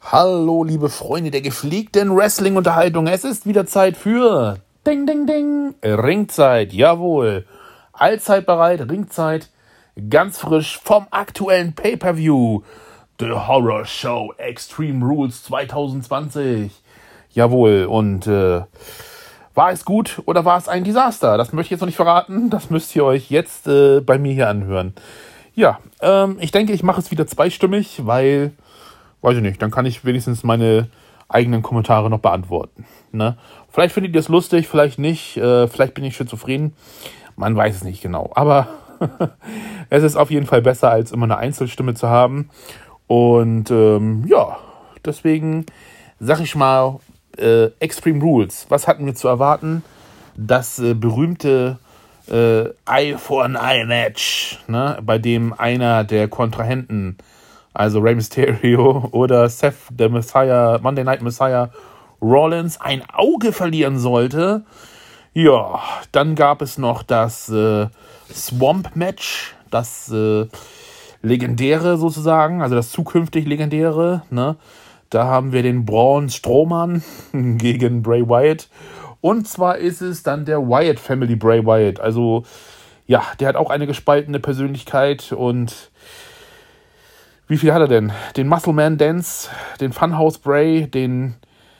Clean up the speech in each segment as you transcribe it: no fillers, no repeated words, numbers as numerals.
Hallo, liebe Freunde der gepflegten Wrestling-Unterhaltung. Es ist wieder Zeit für Ding, Ding, Ding. Ringzeit, jawohl. Allzeit bereit, Ringzeit, ganz frisch vom aktuellen Pay-Per-View. The Horror Show Extreme Rules 2020. Jawohl, und war es gut oder war es ein Desaster? Das möchte ich jetzt noch nicht verraten. Das müsst ihr euch jetzt bei mir hier anhören. Ja, ich denke, ich mache es wieder zweistimmig, weil... Weiß ich nicht, dann kann ich wenigstens meine eigenen Kommentare noch beantworten. Ne? Vielleicht findet ihr es lustig, vielleicht nicht, vielleicht bin ich schizophren. Man weiß es nicht genau. Aber es ist auf jeden Fall besser, als immer eine Einzelstimme zu haben. Und ja, deswegen sag ich mal, Extreme Rules. Was hatten wir zu erwarten? Das berühmte Eye for an Eye Match, ne? Bei dem einer der Kontrahenten, also Rey Mysterio oder Seth, der Messiah, Monday Night Messiah Rollins, ein Auge verlieren sollte. Ja, dann gab es noch das Swamp Match, das legendäre sozusagen, also das zukünftig legendäre. Ne? Da haben wir den Braun Strowman gegen Bray Wyatt. Und zwar ist es dann der Wyatt Family Bray Wyatt. Also ja, der hat auch eine gespaltene Persönlichkeit und wie viel hat er denn? Den Muscle Man Dance, den Funhouse Bray, den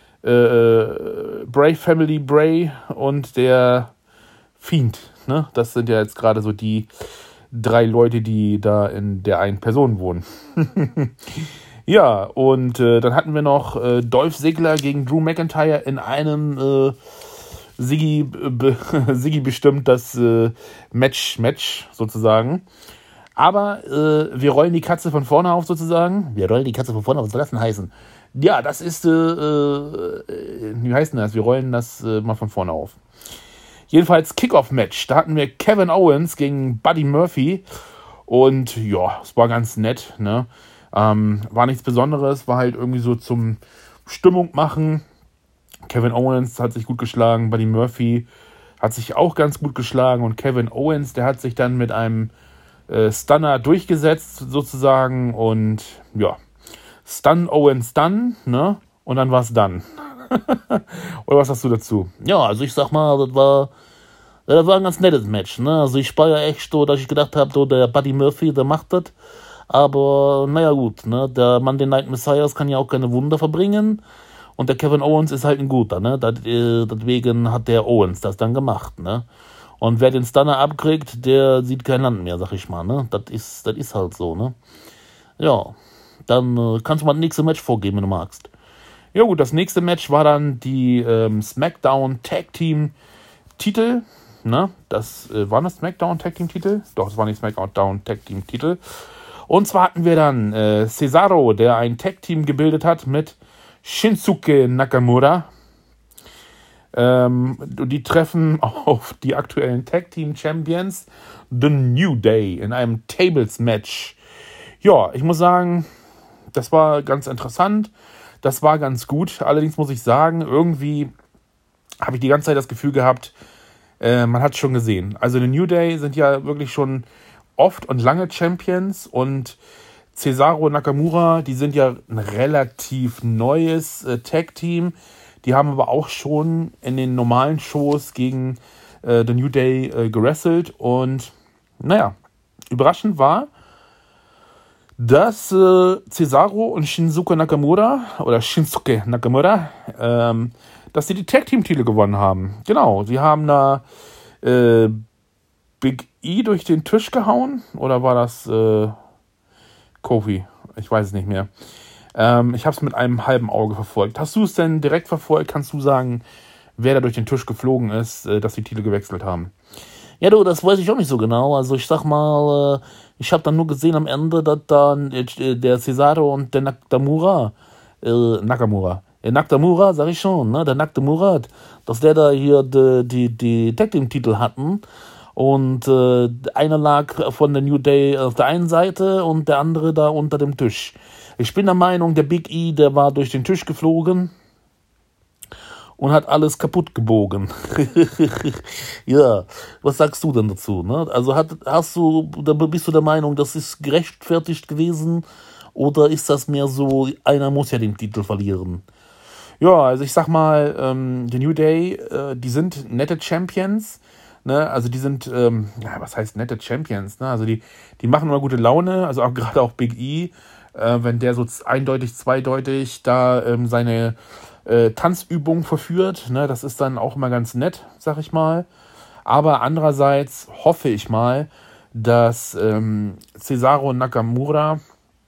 Bray Family Bray und der Fiend. Ne? Das sind ja jetzt gerade so die 3 Leute, die da in der einen Person wohnen. Ja, und dann hatten wir noch Dolph Ziggler gegen Drew McIntyre in einem Siggi bestimmt das Match sozusagen. Aber wir rollen die Katze von vorne auf sozusagen. Wir rollen die Katze von vorne auf, was soll das denn heißen? Ja, das ist, wie heißt denn das? Wir rollen das mal von vorne auf. Jedenfalls Kickoff-Match. Da hatten wir Kevin Owens gegen Buddy Murphy. Und ja, es war ganz nett. Ne? War nichts Besonderes. War halt irgendwie so zum Stimmung machen. Kevin Owens hat sich gut geschlagen. Buddy Murphy hat sich auch ganz gut geschlagen. Und Kevin Owens, der hat sich dann mit einem Stunner durchgesetzt sozusagen und ja, Stun Owens Stun, ne? Und dann war es dann. Oder was hast du dazu? Ja, also ich sag mal, das war ein ganz nettes Match, ne? Also ich war ja echt so, dass ich gedacht habe, so der Buddy Murphy, der macht das. Aber naja gut, ne? Der Monday Night Messiah kann ja auch keine Wunder verbringen. Und der Kevin Owens ist halt ein guter, ne? Deswegen hat der Owens das dann gemacht, ne? Und wer den Stunner abkriegt, der sieht kein Land mehr, sag ich mal, ne? Das ist halt so, ne? Ja, dann kannst du mal das nächste Match vorgeben, wenn du magst. Ja gut, das nächste Match war dann die SmackDown Tag Team Titel, ne? Das waren das SmackDown Tag Team Titel? Doch, es waren die SmackDown Tag Team Titel. Und zwar hatten wir dann Cesaro, der ein Tag Team gebildet hat mit Shinsuke Nakamura. Die treffen auf die aktuellen Tag Team Champions The New Day in einem Tables Match. Ja, ich muss sagen, das war ganz interessant, das war ganz gut. Allerdings muss ich sagen, irgendwie habe ich die ganze Zeit das Gefühl gehabt, man hat es schon gesehen. Also The New Day sind ja wirklich schon oft und lange Champions und Cesaro und Nakamura, die sind ja ein relativ neues Tag Team. Die haben aber auch schon in den normalen Shows gegen The New Day gewrestelt. Und naja, überraschend war, dass Cesaro und Shinsuke Nakamura, dass sie die Tag-Team-Titel gewonnen haben. Genau, sie haben da Big E durch den Tisch gehauen. Oder war das Kofi? Ich weiß es nicht mehr. Ich habe es mit einem halben Auge verfolgt. Hast du es denn direkt verfolgt? Kannst du sagen, wer da durch den Tisch geflogen ist, dass die Titel gewechselt haben? Ja, du, das weiß ich auch nicht so genau. Also ich sag mal, ich habe dann nur gesehen am Ende, dass dann der Cesaro und der Nakamura, sag ich schon, ne, der Nakamura, dass der da hier die Tag Team Titel hatten. Und einer lag von der New Day auf der einen Seite und der andere da unter dem Tisch. Ich bin der Meinung, der Big E, der war durch den Tisch geflogen und hat alles kaputt gebogen. Ja, was sagst du denn dazu? Ne? Also bist du der Meinung, das ist gerechtfertigt gewesen Oder ist das mehr so, einer muss ja den Titel verlieren? Ja, also ich sag mal, The New Day, die sind nette Champions. Ne? Also die sind, was heißt nette Champions? Ne? Also die machen immer gute Laune. Also auch gerade auch Big E, wenn der so eindeutig, zweideutig da seine Tanzübung verführt. Ne? Das ist dann auch immer ganz nett, sag ich mal. Aber andererseits hoffe ich mal, dass Cesaro und Nakamura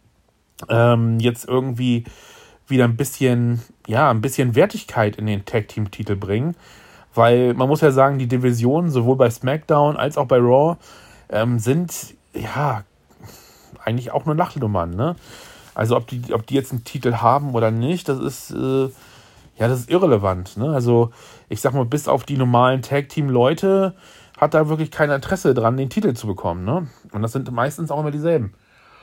jetzt irgendwie wieder ein bisschen Wertigkeit in den Tag-Team-Titel bringen. Weil man muss ja sagen, die Divisionen sowohl bei SmackDown als auch bei Raw sind ja eigentlich auch nur Lachnummern, ne? Also ob die jetzt einen Titel haben oder nicht, das ist irrelevant, ne? Also ich sag mal, bis auf die normalen Tag-Team-Leute hat da wirklich kein Interesse dran, den Titel zu bekommen, ne? Und das sind meistens auch immer dieselben.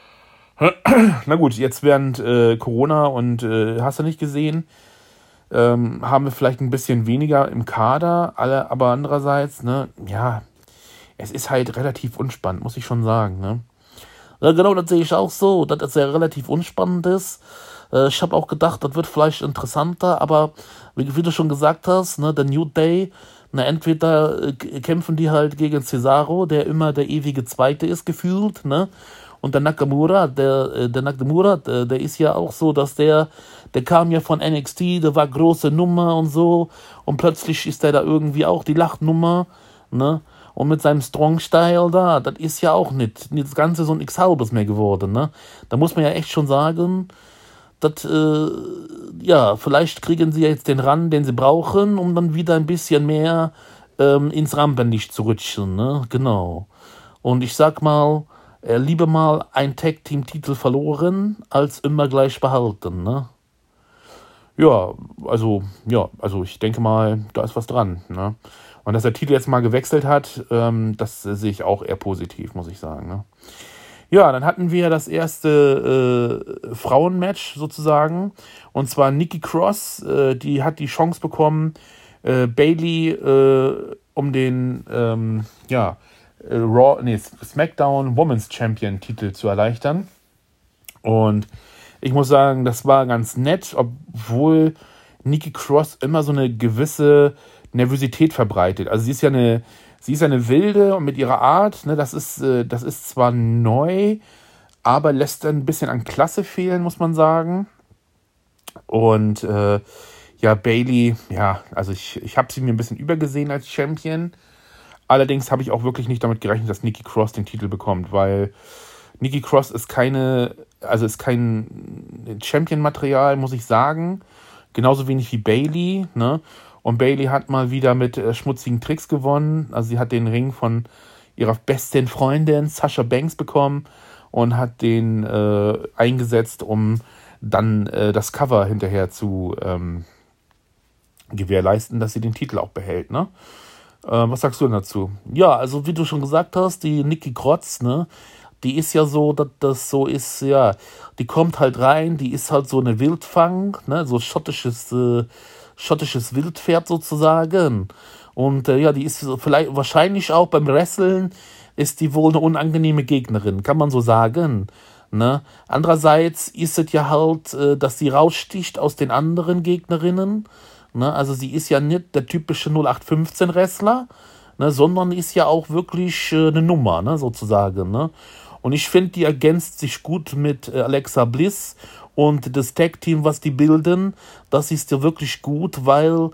Na gut, jetzt während Corona und hast du nicht gesehen, haben wir vielleicht ein bisschen weniger im Kader, aber andererseits, ne, ja, es ist halt relativ unspannend, muss ich schon sagen, ne? Ja, genau, das sehe ich auch so, dass es ja relativ unspannend ist. Ich habe auch gedacht, das wird vielleicht interessanter, aber wie du schon gesagt hast, ne, der New Day, na, entweder kämpfen die halt gegen Cesaro, der immer der ewige Zweite ist, gefühlt, ne? Und der Nakamura, der ist ja auch so, dass der kam ja von NXT, der war große Nummer und so, und plötzlich ist der da irgendwie auch die Lachnummer, ne? Und mit seinem Strong-Style da, das ist ja auch nicht das Ganze so ein X-Halbes mehr geworden, ne? Da muss man ja echt schon sagen, dass, vielleicht kriegen sie ja jetzt den Run, den sie brauchen, um dann wieder ein bisschen mehr ins Rampenlicht zu rutschen, ne? Genau. Und ich sag mal, lieber mal ein Tag-Team-Titel verloren, als immer gleich behalten, ne? Also ich denke mal, da ist was dran, ne? Und dass der Titel jetzt mal gewechselt hat, das sehe ich auch eher positiv, muss ich sagen, ne? Ja, dann hatten wir das erste Frauenmatch sozusagen. Und zwar Nikki Cross, die hat die Chance bekommen, Bayley um den SmackDown Women's Champion Titel zu erleichtern. Und ich muss sagen, das war ganz nett, obwohl Nikki Cross immer so eine gewisse Nervosität verbreitet. Also sie ist ja eine Wilde und mit ihrer Art, ne, das ist zwar neu, aber lässt ein bisschen an Klasse fehlen, muss man sagen. Und Bayley, ja, also ich habe sie mir ein bisschen übergesehen als Champion. Allerdings habe ich auch wirklich nicht damit gerechnet, dass Nikki Cross den Titel bekommt, weil Nikki Cross ist kein Champion-Material, muss ich sagen. Genauso wenig wie Bayley, ne? Und Bayley hat mal wieder mit schmutzigen Tricks gewonnen. Also sie hat den Ring von ihrer besten Freundin Sasha Banks bekommen und hat den eingesetzt, um dann das Cover hinterher zu gewährleisten, dass sie den Titel auch behält, ne? Was sagst du denn dazu? Ja, also wie du schon gesagt hast, die Nikki Cross, ne, die ist ja so, dass das so ist, ja, die kommt halt rein, die ist halt so eine Wildfang, ne, so schottisches Wildpferd sozusagen. Und die ist vielleicht wahrscheinlich auch beim Wrestlen ist die wohl eine unangenehme Gegnerin, kann man so sagen. Ne? Andererseits ist es ja halt, dass sie raussticht aus den anderen Gegnerinnen. Ne? Also sie ist ja nicht der typische 0815-Wrestler, ne? Sondern ist ja auch wirklich eine Nummer, ne? Sozusagen. Ne? Und ich finde, die ergänzt sich gut mit Alexa Bliss und das Tag-Team, was die bilden, das ist ja wirklich gut, weil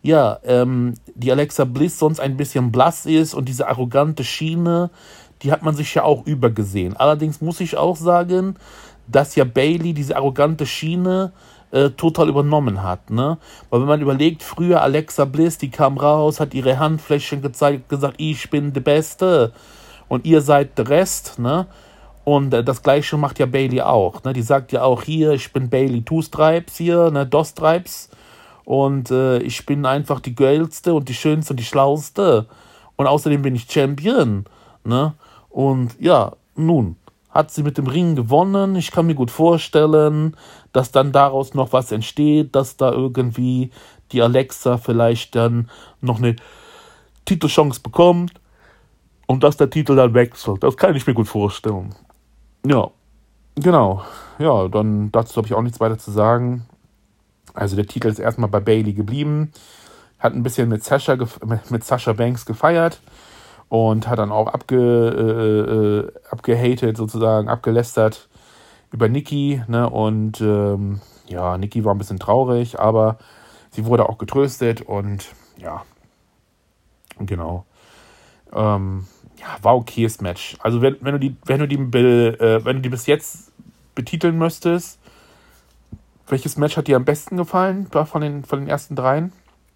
die Alexa Bliss sonst ein bisschen blass ist und diese arrogante Schiene, die hat man sich ja auch übergesehen. Allerdings muss ich auch sagen, dass ja Bayley diese arrogante Schiene total übernommen hat, ne? Weil wenn man überlegt, früher Alexa Bliss, die kam raus, hat ihre Handflächen gezeigt, gesagt, ich bin die Beste und ihr seid der Rest, ne? Und das Gleiche macht ja Bayley auch, ne? Die sagt ja auch hier, ich bin Bayley Two Stripes hier, ne? Dos Stripes und ich bin einfach die geilste und die schönste und die schlauste und außerdem bin ich Champion, ne? Und ja, nun hat sie mit dem Ring gewonnen. Ich kann mir gut vorstellen, dass dann daraus noch was entsteht, dass da irgendwie die Alexa vielleicht dann noch eine Titelchance bekommt und dass der Titel dann wechselt. Das kann ich mir gut vorstellen. Ja. Genau, ja, dann dazu habe ich auch nichts weiter zu sagen. Also der Titel ist erstmal bei Bayley geblieben, hat ein bisschen mit Sasha Banks gefeiert und hat dann auch abgehatet sozusagen, abgelästert über Nikki, ne? Und ja, Nikki war ein bisschen traurig, aber sie wurde auch getröstet und ja, genau. Ja, war okayes Match. Also wenn du die bis jetzt betiteln müsstest, welches Match hat dir am besten gefallen von den ersten dreien?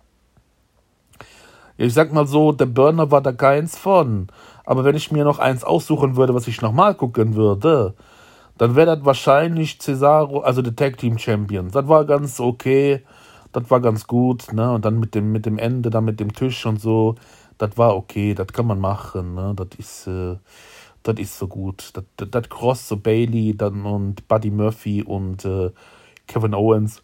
Ja, ich sag mal so, der Burner war da keins von. Aber wenn ich mir noch eins aussuchen würde, was ich nochmal gucken würde, dann wäre das wahrscheinlich Cesaro, also der Tag Team Champion. Das war ganz okay, das war ganz gut, ne? Und dann mit dem Ende, dann mit dem Tisch und so, das war okay, das kann man machen, ne? Das ist so gut. Das Cross, so Bayley dann und Buddy Murphy und Kevin Owens,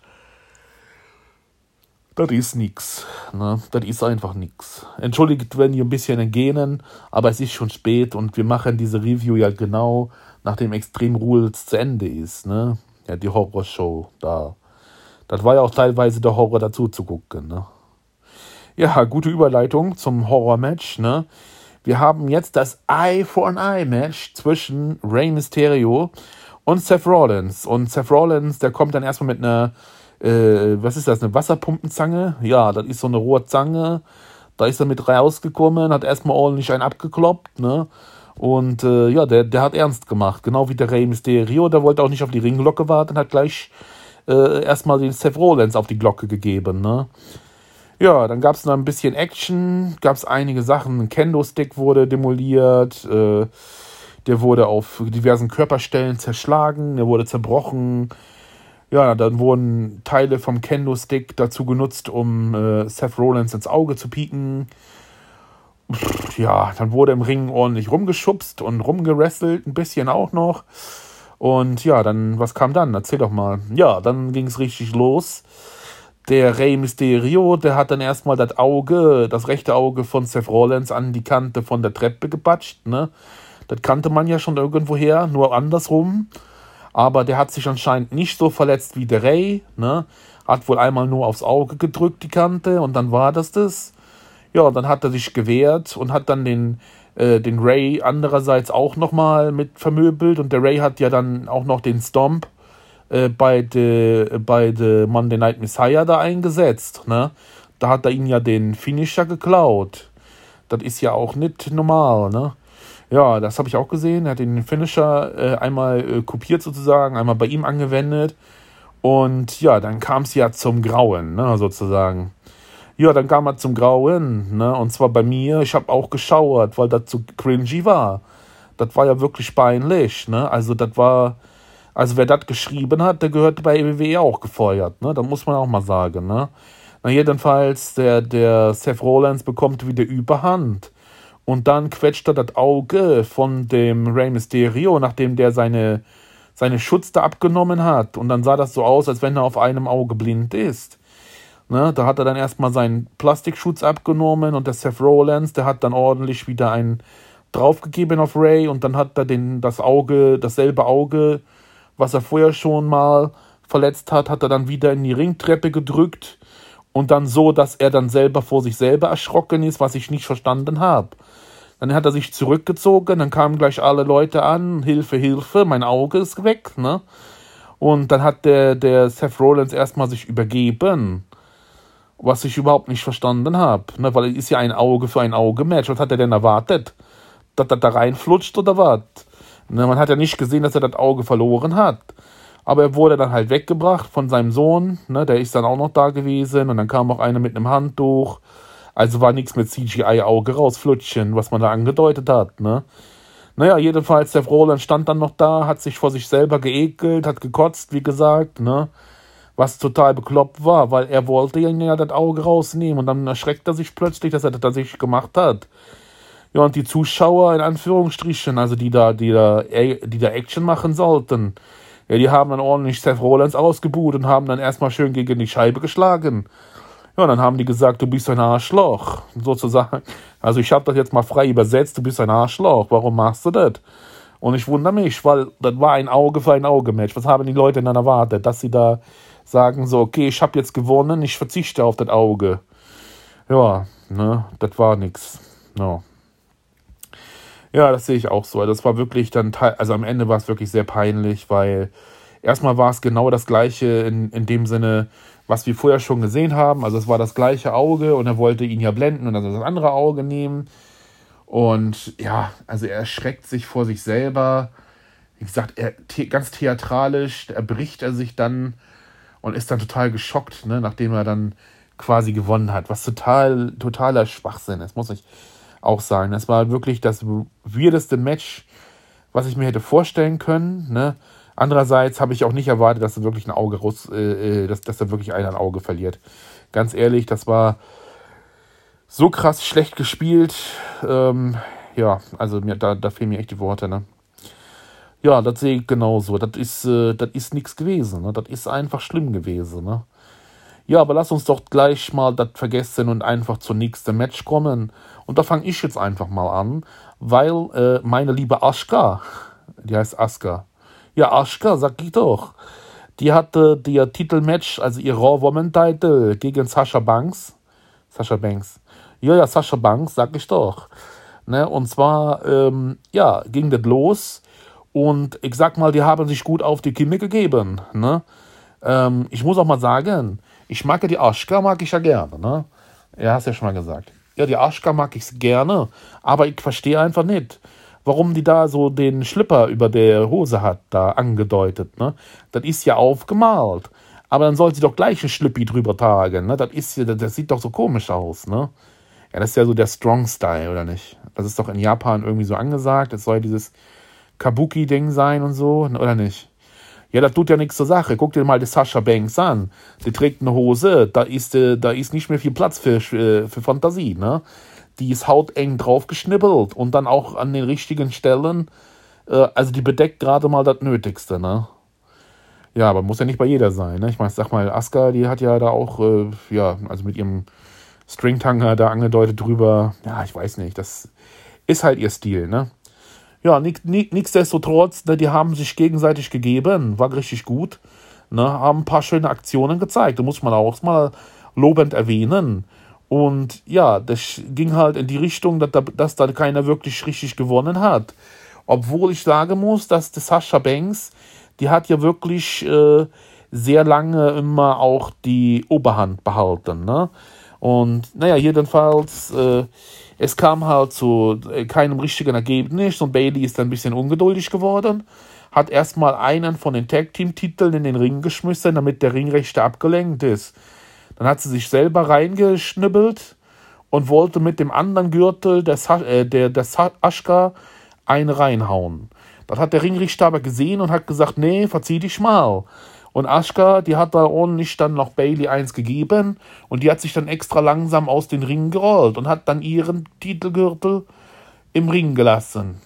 das ist nix, ne? Das ist einfach nix. Entschuldigt, wenn ihr ein bisschen entgehen, aber es ist schon spät und wir machen diese Review ja genau nachdem Extreme Rules zu Ende ist, ne? Ja, die Horrorshow da. Das war ja auch teilweise der Horror dazu zu gucken, ne? Ja, gute Überleitung zum Horror-Match, ne? Wir haben jetzt das Eye for an Eye-Match zwischen Rey Mysterio und Seth Rollins. Und Seth Rollins, der kommt dann erstmal mit einer, was ist das, eine Wasserpumpenzange? Ja, das ist so eine rohe Zange. Da ist er mit rausgekommen, hat erstmal ordentlich einen abgekloppt, ne? Und ja, der hat ernst gemacht. Genau wie der Rey Mysterio, der wollte auch nicht auf die Ringglocke warten, hat gleich erstmal den Seth Rollins auf die Glocke gegeben, ne? Ja, dann gab es noch ein bisschen Action, gab es einige Sachen. Ein Kendo-Stick wurde demoliert, der wurde auf diversen Körperstellen zerschlagen, der wurde zerbrochen. Ja, dann wurden Teile vom Kendo-Stick dazu genutzt, um Seth Rollins ins Auge zu pieken. Ja, dann wurde im Ring ordentlich rumgeschubst und rumgerestelt, ein bisschen auch noch. Und ja, dann, was kam dann? Erzähl doch mal. Ja, dann ging es richtig los. Der Rey Mysterio, der hat dann erstmal das rechte Auge von Seth Rollins an die Kante von der Treppe gepatscht, ne? Das kannte man ja schon irgendwoher, nur andersrum. Aber der hat sich anscheinend nicht so verletzt wie der Rey, ne? Hat wohl einmal nur aufs Auge gedrückt, die Kante, und dann war das. Ja, und dann hat er sich gewehrt und hat dann den Rey andererseits auch nochmal mit vermöbelt. Und der Rey hat ja dann auch noch den Stomp bei the Monday Night Messiah da eingesetzt, ne? Da hat er ihn ja den Finisher geklaut. Das ist ja auch nicht normal, ne? Ja, das habe ich auch gesehen. Er hat den Finisher einmal kopiert sozusagen, einmal bei ihm angewendet. Und ja, dann kam es ja zum Grauen, ne, sozusagen. Ja, dann kam er zum Grauen, ne? Und zwar bei mir. Ich habe auch geschauert, weil das so cringy war. Das war ja wirklich peinlich, ne? Also wer das geschrieben hat, der gehört bei WWE auch gefeuert, ne? Da muss man auch mal sagen, ne? Na jedenfalls, der Seth Rollins bekommt wieder Überhand. Und dann quetscht er das Auge von dem Rey Mysterio, nachdem der seine Schutz da abgenommen hat. Und dann sah das so aus, als wenn er auf einem Auge blind ist. Ne? Da hat er dann erstmal seinen Plastikschutz abgenommen und der Seth Rollins, der hat dann ordentlich wieder einen draufgegeben auf Rey und dann hat er dasselbe Auge, was er vorher schon mal verletzt hat, hat er dann wieder in die Ringtreppe gedrückt und dann so, dass er dann selber vor sich selber erschrocken ist, was ich nicht verstanden habe. Dann hat er sich zurückgezogen, dann kamen gleich alle Leute an, Hilfe, Hilfe, mein Auge ist weg, ne? Und dann hat der Seth Rollins erstmal sich übergeben, was ich überhaupt nicht verstanden habe, ne? Weil es ist ja ein Auge für ein Auge-Match. Was hat er denn erwartet? Dass das da reinflutscht oder was? Ne? Man hat ja nicht gesehen, dass er das Auge verloren hat. Aber er wurde dann halt weggebracht von seinem Sohn, ne? Der ist dann auch noch da gewesen und dann kam auch einer mit einem Handtuch. Also war nichts mit CGI-Auge rausflutschen, was man da angedeutet hat, ne? Naja, jedenfalls, der Roland stand dann noch da, hat sich vor sich selber geekelt, hat gekotzt, wie gesagt, ne? Was total bekloppt war, weil er wollte ja das Auge rausnehmen und dann erschreckt er sich plötzlich, dass er das tatsächlich gemacht hat. Ja, und die Zuschauer, in Anführungsstrichen, also die da Action machen sollten, ja, die haben dann ordentlich Seth Rollins ausgebuht und haben dann erstmal schön gegen die Scheibe geschlagen. Ja, und dann haben die gesagt, du bist ein Arschloch, sozusagen. Also ich habe das jetzt mal frei übersetzt, du bist ein Arschloch, warum machst du das? Und ich wundere mich, weil das war ein Auge für ein Auge-Match. Was haben die Leute dann erwartet? Dass sie da sagen so, okay, ich habe jetzt gewonnen, ich verzichte auf das Auge. Ja, ne, das war nix. No. Ja, das sehe ich auch so. Das war wirklich dann, also am Ende war es wirklich sehr peinlich, weil erstmal war es genau das Gleiche in dem Sinne, was wir vorher schon gesehen haben. Also es war das gleiche Auge und er wollte ihn ja blenden und dann das andere Auge nehmen. Und ja, also er erschreckt sich vor sich selber. Wie gesagt, ganz theatralisch erbricht er sich dann und ist dann total geschockt, ne, nachdem er dann quasi gewonnen hat. Was totaler Schwachsinn ist, muss ich auch sagen. Das war wirklich das weirdeste Match, was ich mir hätte vorstellen können. Ne? Andererseits habe ich auch nicht erwartet, dass er wirklich dass er wirklich ein Auge verliert. Ganz ehrlich, das war so krass schlecht gespielt. Ja, also da fehlen mir echt die Worte. Ne? Ja, das sehe ich genauso. Das ist nichts gewesen. Ne? Das ist einfach schlimm gewesen. Ne? Ja, aber lass uns doch gleich mal das vergessen und einfach zur nächsten Match kommen. Und da fange ich jetzt einfach mal an, weil meine liebe Asuka, die heißt Asuka. Ja, Asuka, sag ich doch. Die hatte ihr Titelmatch, also ihr Raw Woman Title gegen Sasha Banks. Ja, Sasha Banks, sag ich doch. Ne, und zwar, ging das los. Und ich sag mal, die haben sich gut auf die Kimme gegeben. Ne? Ich muss auch mal sagen, ich mag ja die Asuka, mag ich ja gerne. Ne? Ja, hast ja schon mal gesagt. Ja, die Asuka mag ich gerne, aber ich verstehe einfach nicht, warum die da so den Schlipper über der Hose hat, da angedeutet. Ne? Das ist ja aufgemalt. Aber dann soll sie doch gleich ein Schlippi drüber tragen. Ne? Das sieht doch so komisch aus. Ne? Ja, das ist ja so der Strong-Style, oder nicht? Das ist doch in Japan irgendwie so angesagt. Es soll dieses Kabuki-Ding sein und so, oder nicht? Ja, das tut ja nichts zur Sache. Guck dir mal die Sasha Banks an. Die trägt eine Hose, da ist nicht mehr viel Platz für Fantasie, ne? Die ist hauteng draufgeschnibbelt und dann auch an den richtigen Stellen. Also die bedeckt gerade mal das Nötigste, ne? Ja, aber muss ja nicht bei jeder sein, ne? Ich meine, sag mal, Asuka, die hat ja da auch, also mit ihrem Stringtanger da angedeutet drüber. Ja, ich weiß nicht, das ist halt ihr Stil, ne? Ja, nichtsdestotrotz, ne, die haben sich gegenseitig gegeben, war richtig gut, ne, haben ein paar schöne Aktionen gezeigt, da muss man auch mal lobend erwähnen. Und ja, das ging halt in die Richtung, dass da keiner wirklich richtig gewonnen hat. Obwohl ich sagen muss, dass die Sasha Banks, die hat ja wirklich sehr lange immer auch die Oberhand behalten, ne? Und naja, jedenfalls, es kam halt zu keinem richtigen Ergebnis und Bayley ist dann ein bisschen ungeduldig geworden, hat erstmal einen von den Tag-Team-Titeln in den Ring geschmissen, damit der Ringrichter abgelenkt ist. Dann hat sie sich selber reingeschnibbelt und wollte mit dem anderen Gürtel der Asuka einen reinhauen. Das hat der Ringrichter aber gesehen und hat gesagt, nee, verzieh dich mal. Und Asuka, die hat da ordentlich dann noch Bayley eins gegeben und die hat sich dann extra langsam aus den Ringen gerollt und hat dann ihren Titelgürtel im Ring gelassen.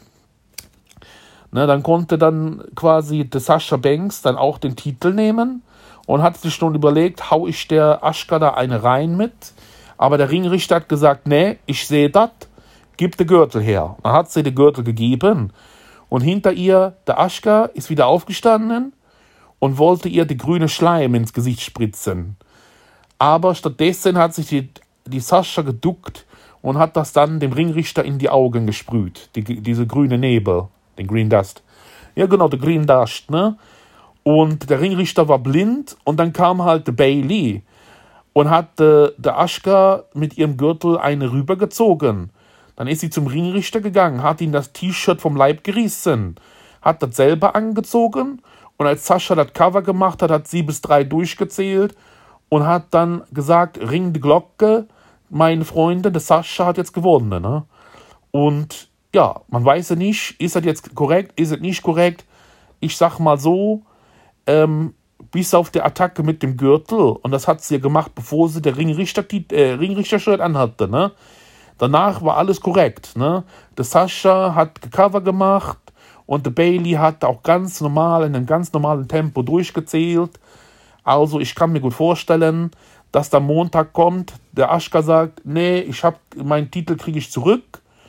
Ne, dann konnte dann quasi die Sasha Banks dann auch den Titel nehmen und hat sich schon überlegt, hau ich der Asuka da eine rein mit. Aber der Ringrichter hat gesagt, nee, ich sehe das, gib den Gürtel her. Dann hat sie den Gürtel gegeben und hinter ihr, der Asuka, ist wieder aufgestanden und wollte ihr die grüne Schleim ins Gesicht spritzen. Aber stattdessen hat sich die Sascha geduckt und hat das dann dem Ringrichter in die Augen gesprüht. Diese grüne Nebel, den Green Dust. Ja genau, der Green Dust, ne? Und der Ringrichter war blind und dann kam halt der Bayley und hat der Asuka mit ihrem Gürtel eine rübergezogen. Dann ist sie zum Ringrichter gegangen, hat ihm das T-Shirt vom Leib gerissen, hat das selber angezogen. Und als Sascha das Cover gemacht hat, hat sie bis 3 durchgezählt und hat dann gesagt, ring die Glocke, meine Freunde, der Sascha hat jetzt gewonnen. Ne? Und ja, man weiß ja nicht, ist das jetzt korrekt, ist es nicht korrekt. Ich sag mal so, bis auf die Attacke mit dem Gürtel, und das hat sie ja gemacht, bevor sie der Ringrichter-Shirt anhatte. Ne? Danach war alles korrekt. Ne? Der Sascha hat Cover gemacht, und der Bayley hat auch ganz normal, in einem ganz normalen Tempo durchgezählt. Also ich kann mir gut vorstellen, dass der Montag kommt, der Asuka sagt, nee, meinen Titel kriege ich zurück.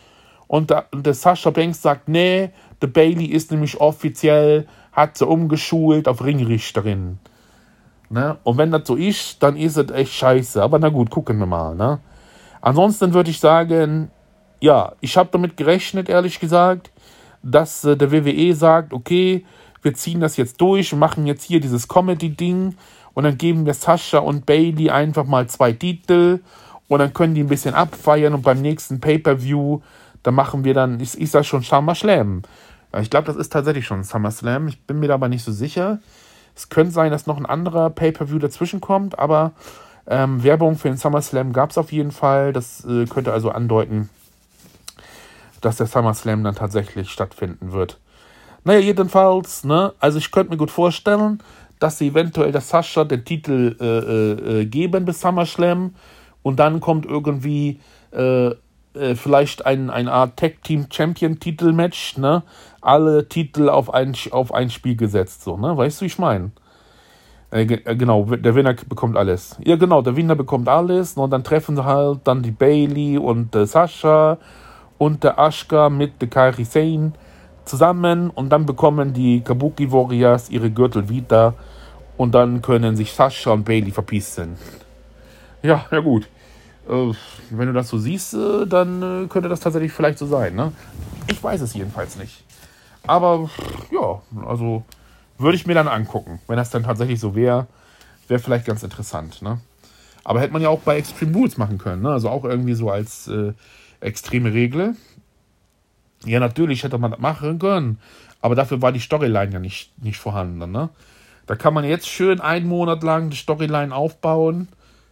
und der Sasha Banks sagt, nee, der Bayley ist nämlich offiziell, hat sie umgeschult auf Ringrichterin. Ne? Und wenn das so ist, dann ist es echt scheiße. Aber na gut, gucken wir mal. Ne? Ansonsten würde ich sagen, ja, ich habe damit gerechnet, ehrlich gesagt, dass der WWE sagt, okay, wir ziehen das jetzt durch, machen jetzt hier dieses Comedy-Ding und dann geben wir Sasha und Bayley einfach mal 2 Titel und dann können die ein bisschen abfeiern und beim nächsten Pay-Per-View, da machen wir dann, ich sag schon SummerSlam. Ich glaube, das ist tatsächlich schon SummerSlam, ich bin mir da aber nicht so sicher. Es könnte sein, dass noch ein anderer Pay-Per-View dazwischen kommt, aber Werbung für den SummerSlam gab es auf jeden Fall. Das könnte also andeuten, dass der SummerSlam dann tatsächlich stattfinden wird. Naja, jedenfalls, ne, also ich könnte mir gut vorstellen, dass sie eventuell der Sasha den Titel geben bis SummerSlam und dann kommt irgendwie vielleicht eine Art Tag-Team-Champion-Titel-Match, ne? Alle Titel auf ein Spiel gesetzt, so, ne? Weißt du, wie ich meine? Genau, der Winner bekommt alles. Ja, genau, der Winner bekommt alles, ne? Und dann treffen sie halt dann die Bayley und Sasha und der Asuka mit der Kairi Sane zusammen und dann bekommen die Kabuki Warriors ihre Gürtel wieder und dann können sich Sasha und Bayley verpissen. Ja, ja gut. Wenn du das so siehst, dann könnte das tatsächlich vielleicht so sein, ne? Ich weiß es jedenfalls nicht. Aber ja, also würde ich mir dann angucken. Wenn das dann tatsächlich so wäre, wäre vielleicht ganz interessant, ne? Aber hätte man ja auch bei Extreme Rules machen können, ne? Also auch irgendwie so als extreme Regel. Ja, natürlich hätte man das machen können, aber dafür war die Storyline ja nicht vorhanden, ne? Da kann man jetzt schön 1 Monat lang die Storyline aufbauen.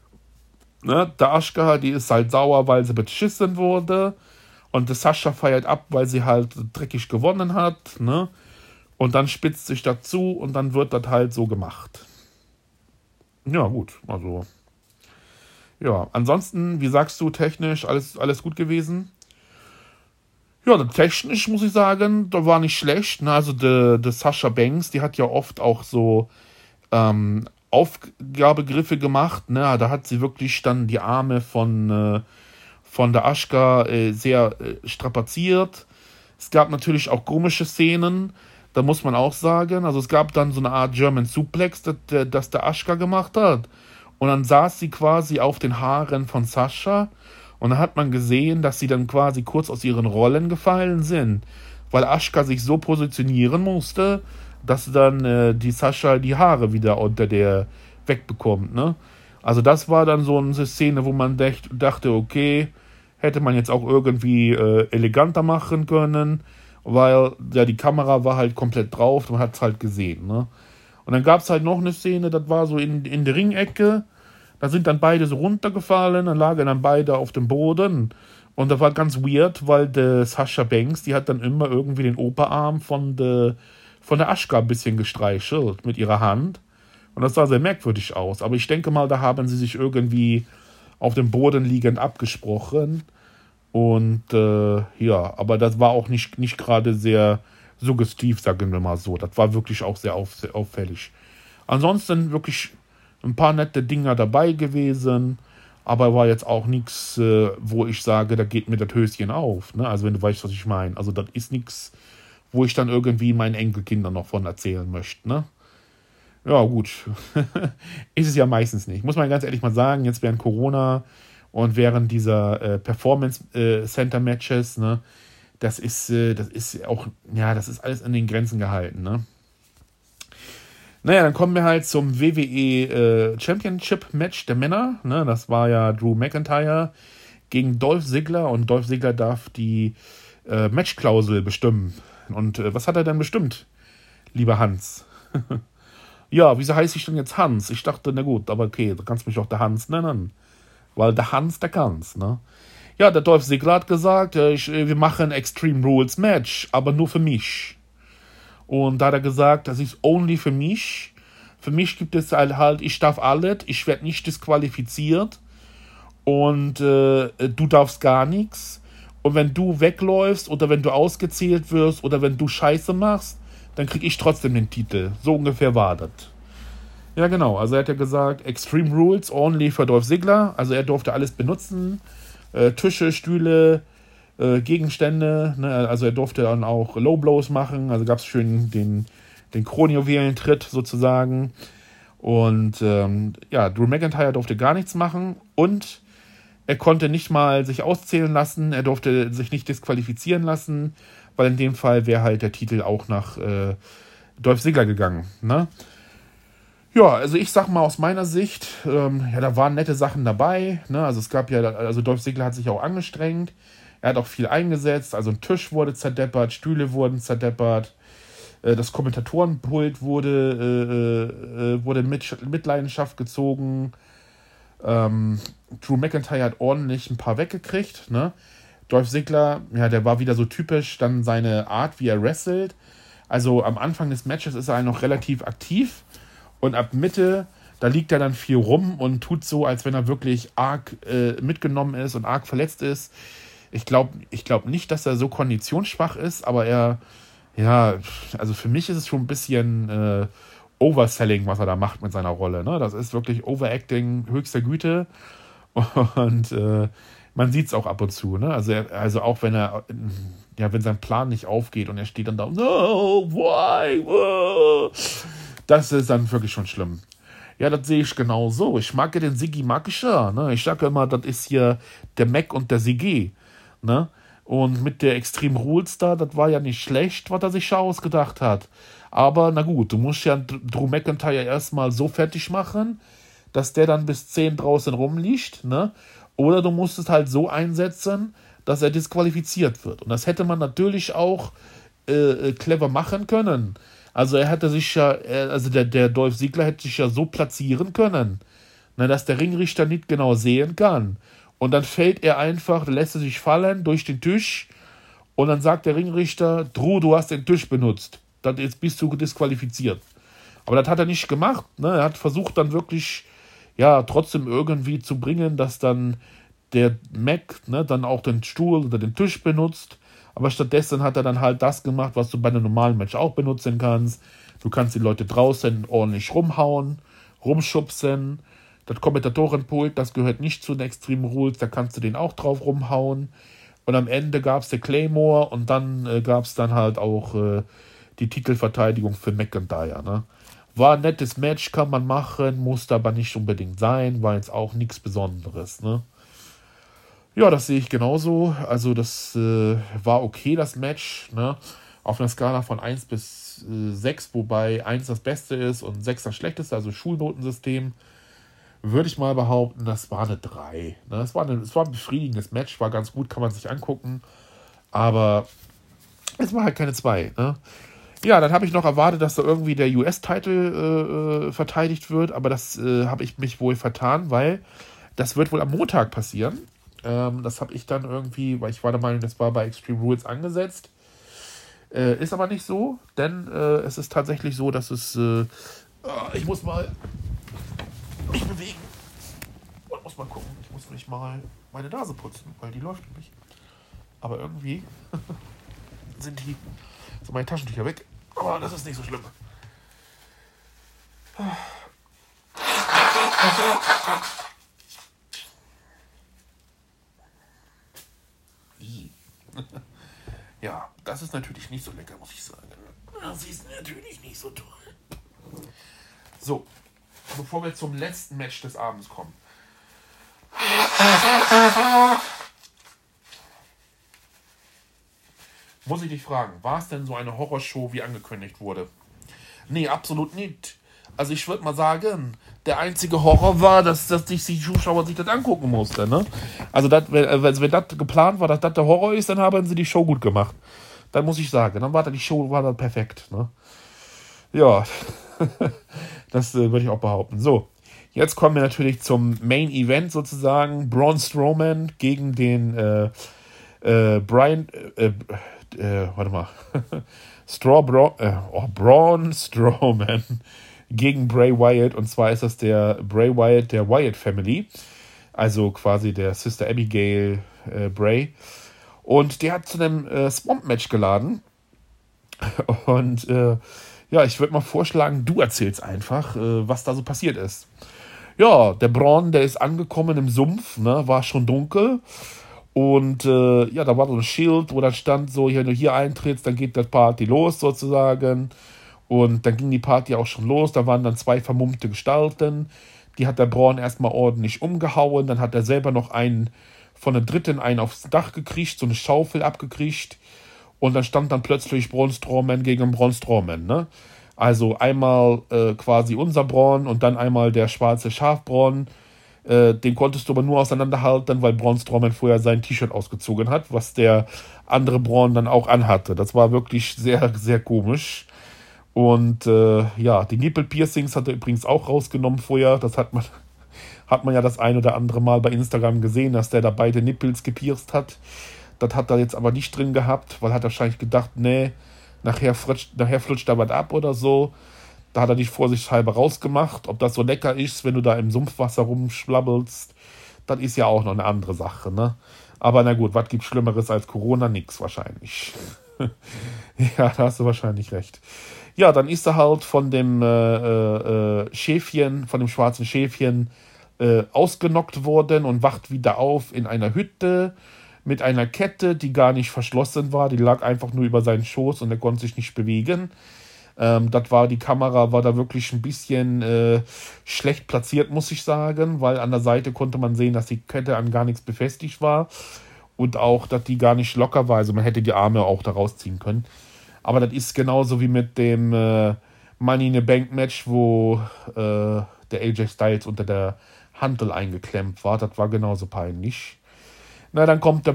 Ne? Der Asuka, die ist halt sauer, weil sie beschissen wurde. Und der Sasha feiert ab, weil sie halt dreckig gewonnen hat. Ne? Und dann spitzt sich dazu und dann wird das halt so gemacht. Ja, gut. Also, ja. Ansonsten, wie sagst du, technisch alles gut gewesen? Ja, technisch muss ich sagen, da war nicht schlecht. Ne? Also, der Sasha Banks, die hat ja oft auch so Aufgabegriffe gemacht. Ne? Da hat sie wirklich dann die Arme von der Asuka sehr strapaziert. Es gab natürlich auch komische Szenen, da muss man auch sagen. Also es gab dann so eine Art German Suplex, das der Asuka gemacht hat. Und dann saß sie quasi auf den Haaren von Sasha. Und dann hat man gesehen, dass sie dann quasi kurz aus ihren Rollen gefallen sind. Weil Asuka sich so positionieren musste, dass dann die Sasha die Haare wieder unter der wegbekommt, ne? Also das war dann so eine Szene, wo man dachte, okay, hätte man jetzt auch irgendwie eleganter machen können, weil ja die Kamera war halt komplett drauf, man hat es halt gesehen, ne? Und dann gab es halt noch eine Szene, das war so in der Ringecke, da sind dann beide so runtergefallen, dann lagen dann beide auf dem Boden. Und das war ganz weird, weil der Sasha Banks, die hat dann immer irgendwie den Oberarm von der Asuka ein bisschen gestreichelt mit ihrer Hand. Und das sah sehr merkwürdig aus. Aber ich denke mal, da haben sie sich irgendwie auf dem Boden liegend abgesprochen. Und ja, aber das war auch nicht gerade sehr suggestiv, sagen wir mal so. Das war wirklich auch sehr auffällig. Ansonsten wirklich ein paar nette Dinger dabei gewesen. Aber war jetzt auch nichts, wo ich sage, da geht mir das Höschen auf. Ne? Also wenn du weißt, was ich meine. Also das ist nichts, wo ich dann irgendwie meinen Enkelkindern noch von erzählen möchte. Ne? Ja gut, ist es ja meistens nicht. Muss man ganz ehrlich mal sagen, jetzt während Corona und während dieser Performance-Center-Matches, ne, das ist auch, ja, das ist alles an den Grenzen gehalten. Ne? Naja, dann kommen wir halt zum WWE Championship Match der Männer. Ne? Das war ja Drew McIntyre gegen Dolph Ziggler und Dolph Ziggler darf die Matchklausel bestimmen. Und was hat er denn bestimmt, lieber Hans? Ja, wieso heiße ich denn jetzt Hans? Ich dachte, na gut, aber okay, du kannst mich auch der Hans nennen. Weil der Hans, der kann's, ne? Ja, der Dolph Ziggler hat gesagt, wir machen Extreme Rules Match, aber nur für mich. Und da hat er gesagt, das ist only für mich. Für mich gibt es halt, ich darf alles, ich werde nicht disqualifiziert. Und du darfst gar nichts. Und wenn du wegläufst oder wenn du ausgezählt wirst oder wenn du Scheiße machst, dann kriege ich trotzdem den Titel. So ungefähr war das. Ja, genau. Also er hat ja gesagt, Extreme Rules only für Dolph Ziggler. Also er durfte alles benutzen. Tische, Stühle, Gegenstände, ne? Also er durfte dann auch Low Blows machen, also gab es schön den Kronjuwelentritt sozusagen. Und Drew McIntyre durfte gar nichts machen und er konnte nicht mal sich auszählen lassen, er durfte sich nicht disqualifizieren lassen, weil in dem Fall wäre halt der Titel auch nach Dolph Ziggler gegangen. Ne? Ja, also ich sag mal aus meiner Sicht, da waren nette Sachen dabei. Ne? Also es gab also Dolph Ziggler hat sich auch angestrengt, er hat auch viel eingesetzt, also ein Tisch wurde zerdeppert, Stühle wurden zerdeppert, das Kommentatorenpult wurde in Mitleidenschaft gezogen. Drew McIntyre hat ordentlich ein paar weggekriegt. Ne? Dolph Ziggler, ja, der war wieder so typisch, dann seine Art, wie er wrestelt. Also am Anfang des Matches ist er noch relativ aktiv und ab Mitte, da liegt er dann viel rum und tut so, als wenn er wirklich arg mitgenommen ist und arg verletzt ist. Ich glaub nicht, dass er so konditionsschwach ist, aber also für mich ist es schon ein bisschen Overselling, was er da macht mit seiner Rolle. Ne? Das ist wirklich Overacting höchster Güte und man sieht es auch ab und zu. Ne? Also auch wenn wenn sein Plan nicht aufgeht und er steht dann da, no, why? Oh. Das ist dann wirklich schon schlimm. Ja, das sehe ich genau so. Ich mag ja den Siggi, mag ich ja. Ne? Ich sage immer, das ist hier der Mac und der Siggi. Ne? Und mit der Extreme Rules da, das war ja nicht schlecht, was er sich schon ausgedacht hat. Aber na gut, du musst ja Drew McIntyre erstmal so fertig machen, dass der dann bis 10 draußen rumliegt. Ne? Oder du musst es halt so einsetzen, dass er disqualifiziert wird. Und das hätte man natürlich auch clever machen können. Also er hätte sich ja, der Dolph Ziggler hätte sich ja so platzieren können, ne, dass der Ringrichter nicht genau sehen kann. Und dann fällt er einfach, lässt er sich fallen durch den Tisch und dann sagt der Ringrichter, Drew, du hast den Tisch benutzt. Jetzt bist du disqualifiziert. Aber das hat er nicht gemacht. Ne? Er hat versucht dann wirklich, ja, trotzdem irgendwie zu bringen, dass dann der Mac dann auch den Stuhl oder den Tisch benutzt. Aber stattdessen hat er dann halt das gemacht, was du bei einem normalen Match auch benutzen kannst. Du kannst die Leute draußen ordentlich rumhauen, rumschubsen. Das Kommentatorenpult, das gehört nicht zu den Extreme Rules, da kannst du den auch drauf rumhauen. Und am Ende gab es den Claymore und dann gab es dann halt auch die Titelverteidigung für McIntyre. Ne? War ein nettes Match, kann man machen, musste aber nicht unbedingt sein, war jetzt auch nichts Besonderes. Ne? Ja, das sehe ich genauso. Also das war okay, das Match. Ne? Auf einer Skala von 1 bis 6, wobei 1 das Beste ist und 6 das Schlechteste, also Schulnotensystem. Würde ich mal behaupten, das war eine 3. Ne? Es war ein befriedigendes Match, war ganz gut, kann man sich angucken. Aber es war halt keine 2. Ne? Ja, dann habe ich noch erwartet, dass da irgendwie der US-Titel verteidigt wird, aber das habe ich mich wohl vertan, weil das wird wohl am Montag passieren. Das habe ich dann irgendwie, weil ich war der Meinung, das war bei Extreme Rules angesetzt. Ist aber nicht so, denn es ist tatsächlich so, dass es... ich muss mal mich bewegen und muss mal gucken. Ich muss mich mal meine Nase putzen, weil die läuft nämlich. Aber irgendwie sind meine Taschentücher weg. Aber das ist nicht so schlimm. Ja, das ist natürlich nicht so lecker, muss ich sagen. Das ist natürlich nicht so toll. So, bevor wir zum letzten Match des Abends kommen. Muss ich dich fragen, war es denn so eine Horrorshow, wie angekündigt wurde? Nee, absolut nicht. Also ich würde mal sagen, der einzige Horror war, dass die Zuschauer sich das angucken mussten. Ne? Also wenn das geplant war, dass das der Horror ist, dann haben sie die Show gut gemacht. Dann muss ich sagen, dann war die Show perfekt. Ne? Ja, das würde ich auch behaupten. So, jetzt kommen wir natürlich zum Main Event sozusagen. Braun Strowman gegen den Braun Strowman gegen Bray Wyatt. Und zwar ist das der Bray Wyatt der Wyatt Family. Also quasi der Sister Abigail Bray. Und der hat zu einem Swamp-Match geladen. Und ich würde mal vorschlagen, du erzählst einfach, was da so passiert ist. Ja, der Braun, der ist angekommen im Sumpf, ne, war schon dunkel. Und ja, da war so ein Schild, wo dann stand so, wenn du hier eintrittst, dann geht das Party los sozusagen. Und dann ging die Party auch schon los. Da waren dann 2 vermummte Gestalten. Die hat der Braun erstmal ordentlich umgehauen. Dann hat er selber noch einen von der dritten einen aufs Dach gekriegt, so eine Schaufel abgekriegt. Und dann stand dann plötzlich Braun Strowman gegen Braun Strowman, ne? Also einmal quasi unser Braun und dann einmal der schwarze Schafbraun. Den konntest du aber nur auseinanderhalten, weil Braun Strowman vorher sein T-Shirt ausgezogen hat, was der andere Braun dann auch anhatte. Das war wirklich sehr, sehr komisch. Und ja, die Nippel-Piercings hat er übrigens auch rausgenommen vorher. Das hat man ja das ein oder andere Mal bei Instagram gesehen, dass der da beide Nippels gepierst hat. Das hat er jetzt aber nicht drin gehabt, weil er hat wahrscheinlich gedacht, nee, nachher flutscht da was ab oder so. Da hat er dich vorsichtshalber rausgemacht. Ob das so lecker ist, wenn du da im Sumpfwasser rumschlabbelst, das ist ja auch noch eine andere Sache, ne? Aber na gut, was gibt Schlimmeres als Corona? Nix wahrscheinlich. Ja, da hast du wahrscheinlich recht. Ja, dann ist er halt von dem Schäfchen, von dem schwarzen Schäfchen ausgenockt worden und wacht wieder auf in einer Hütte mit einer Kette, die gar nicht verschlossen war. Die lag einfach nur über seinen Schoß und er konnte sich nicht bewegen. Die Kamera war da wirklich ein bisschen schlecht platziert, muss ich sagen, weil an der Seite konnte man sehen, dass die Kette an gar nichts befestigt war und auch, dass die gar nicht locker war. Also man hätte die Arme auch da rausziehen können. Aber das ist genauso wie mit dem Money in the Bank Match, wo der AJ Styles unter der Hantel eingeklemmt war. Das war genauso peinlich. Na, dann kommt der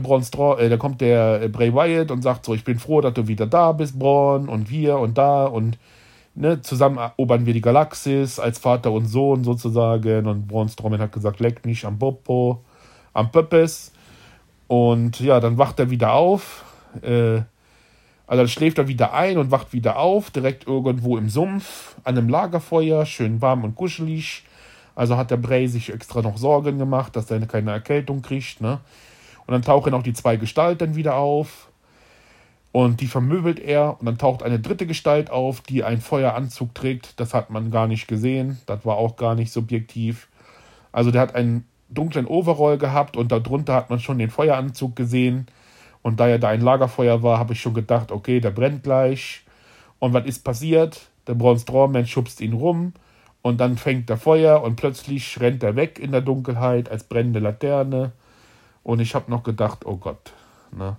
Bray Wyatt und sagt so, ich bin froh, dass du wieder da bist, Braun, und wir und da und ne, zusammen erobern wir die Galaxis als Vater und Sohn sozusagen. Und Braun Strowman hat gesagt, leck mich am Popo, am Pöppes. Und ja, dann wacht er wieder auf. Also dann schläft er wieder ein und wacht wieder auf, direkt irgendwo im Sumpf, an einem Lagerfeuer, schön warm und kuschelig. Also hat der Bray sich extra noch Sorgen gemacht, dass er keine Erkältung kriegt, ne? Und dann tauchen auch die 2 Gestalten wieder auf und die vermöbelt er. Und dann taucht eine dritte Gestalt auf, die einen Feueranzug trägt. Das hat man gar nicht gesehen, das war auch gar nicht subjektiv. Also der hat einen dunklen Overall gehabt und darunter hat man schon den Feueranzug gesehen. Und da ja da ein Lagerfeuer war, habe ich schon gedacht, okay, der brennt gleich. Und was ist passiert? Der Braun Strowman schubst ihn rum und dann fängt er Feuer und plötzlich rennt er weg in der Dunkelheit als brennende Laterne. Und ich habe noch gedacht, oh Gott, ne?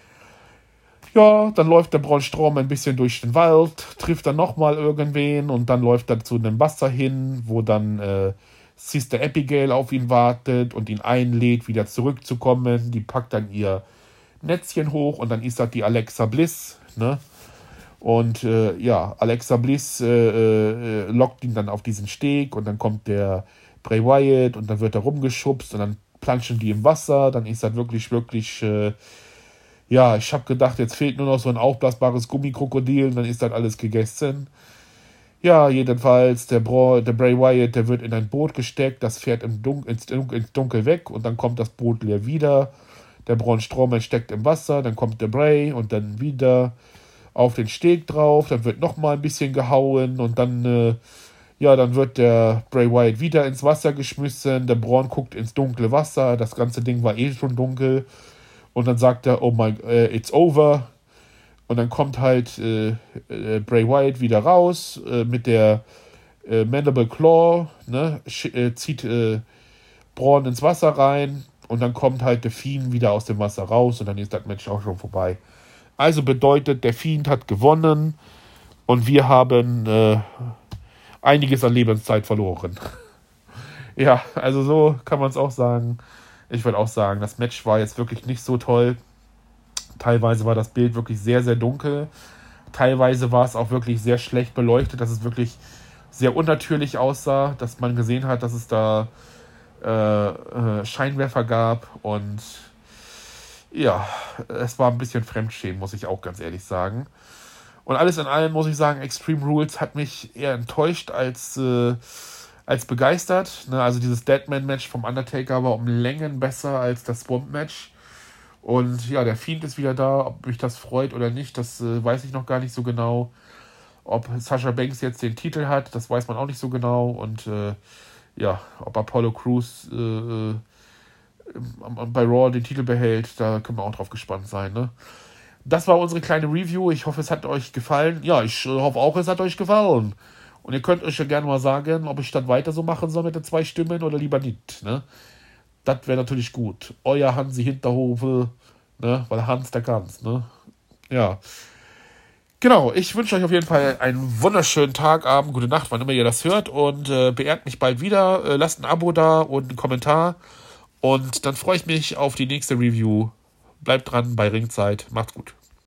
Ja, dann läuft der Braun Strowman ein bisschen durch den Wald, trifft dann nochmal irgendwen und dann läuft er zu einem Wasser hin, wo dann Sister Abigail auf ihn wartet und ihn einlädt, wieder zurückzukommen. Die packt dann ihr Netzchen hoch und dann ist das die Alexa Bliss, ne? Und ja, Alexa Bliss lockt ihn dann auf diesen Steg und dann kommt der Bray Wyatt und dann wird er rumgeschubst und dann planschen die im Wasser, dann ist das wirklich, ja, ich habe gedacht, jetzt fehlt nur noch so ein aufblasbares Gummikrokodil, dann ist das alles gegessen. Ja, jedenfalls, der Bray Wyatt, der wird in ein Boot gesteckt, das fährt ins Dunkel weg und dann kommt das Boot leer wieder. Der Braun Strowman steckt im Wasser, dann kommt der Bray und dann wieder auf den Steg drauf, dann wird nochmal ein bisschen gehauen und dann dann wird der Bray Wyatt wieder ins Wasser geschmissen, der Braun guckt ins dunkle Wasser, das ganze Ding war eh schon dunkel und dann sagt er, oh my, it's over und dann kommt halt Bray Wyatt wieder raus mit der Mandible Claw, ne, zieht Braun ins Wasser rein und dann kommt halt der Fiend wieder aus dem Wasser raus und dann ist das Match auch schon vorbei. Also bedeutet, der Fiend hat gewonnen und wir haben einiges an Lebenszeit verloren. Ja, also so kann man es auch sagen. Ich würde auch sagen, das Match war jetzt wirklich nicht so toll. Teilweise war das Bild wirklich sehr, sehr dunkel. Teilweise war es auch wirklich sehr schlecht beleuchtet, dass es wirklich sehr unnatürlich aussah, dass man gesehen hat, dass es da Scheinwerfer gab und ja, es war ein bisschen Fremdschämen, muss ich auch ganz ehrlich sagen. Und alles in allem muss ich sagen, Extreme Rules hat mich eher enttäuscht als begeistert. Ne? Also dieses Deadman-Match vom Undertaker war um Längen besser als das Swamp-Match. Und ja, der Fiend ist wieder da. Ob mich das freut oder nicht, das weiß ich noch gar nicht so genau. Ob Sasha Banks jetzt den Titel hat, das weiß man auch nicht so genau. Und ob Apollo Crews bei Raw den Titel behält. Da können wir auch drauf gespannt sein. Ne? Das war unsere kleine Review. Ich hoffe, es hat euch gefallen. Ja, ich hoffe auch, es hat euch gefallen. Und ihr könnt euch ja gerne mal sagen, ob ich das weiter so machen soll mit den 2 Stimmen oder lieber nicht. Ne? Das wäre natürlich gut. Euer Hansi Hinterhofe, ne? Weil Hans, der kann's. Ne? Ja. Genau, ich wünsche euch auf jeden Fall einen wunderschönen Tag, Abend, gute Nacht, wann immer ihr das hört. Und beehrt mich bald wieder. Lasst ein Abo da und einen Kommentar. Und dann freue ich mich auf die nächste Review. Bleibt dran bei Ringzeit. Macht's gut.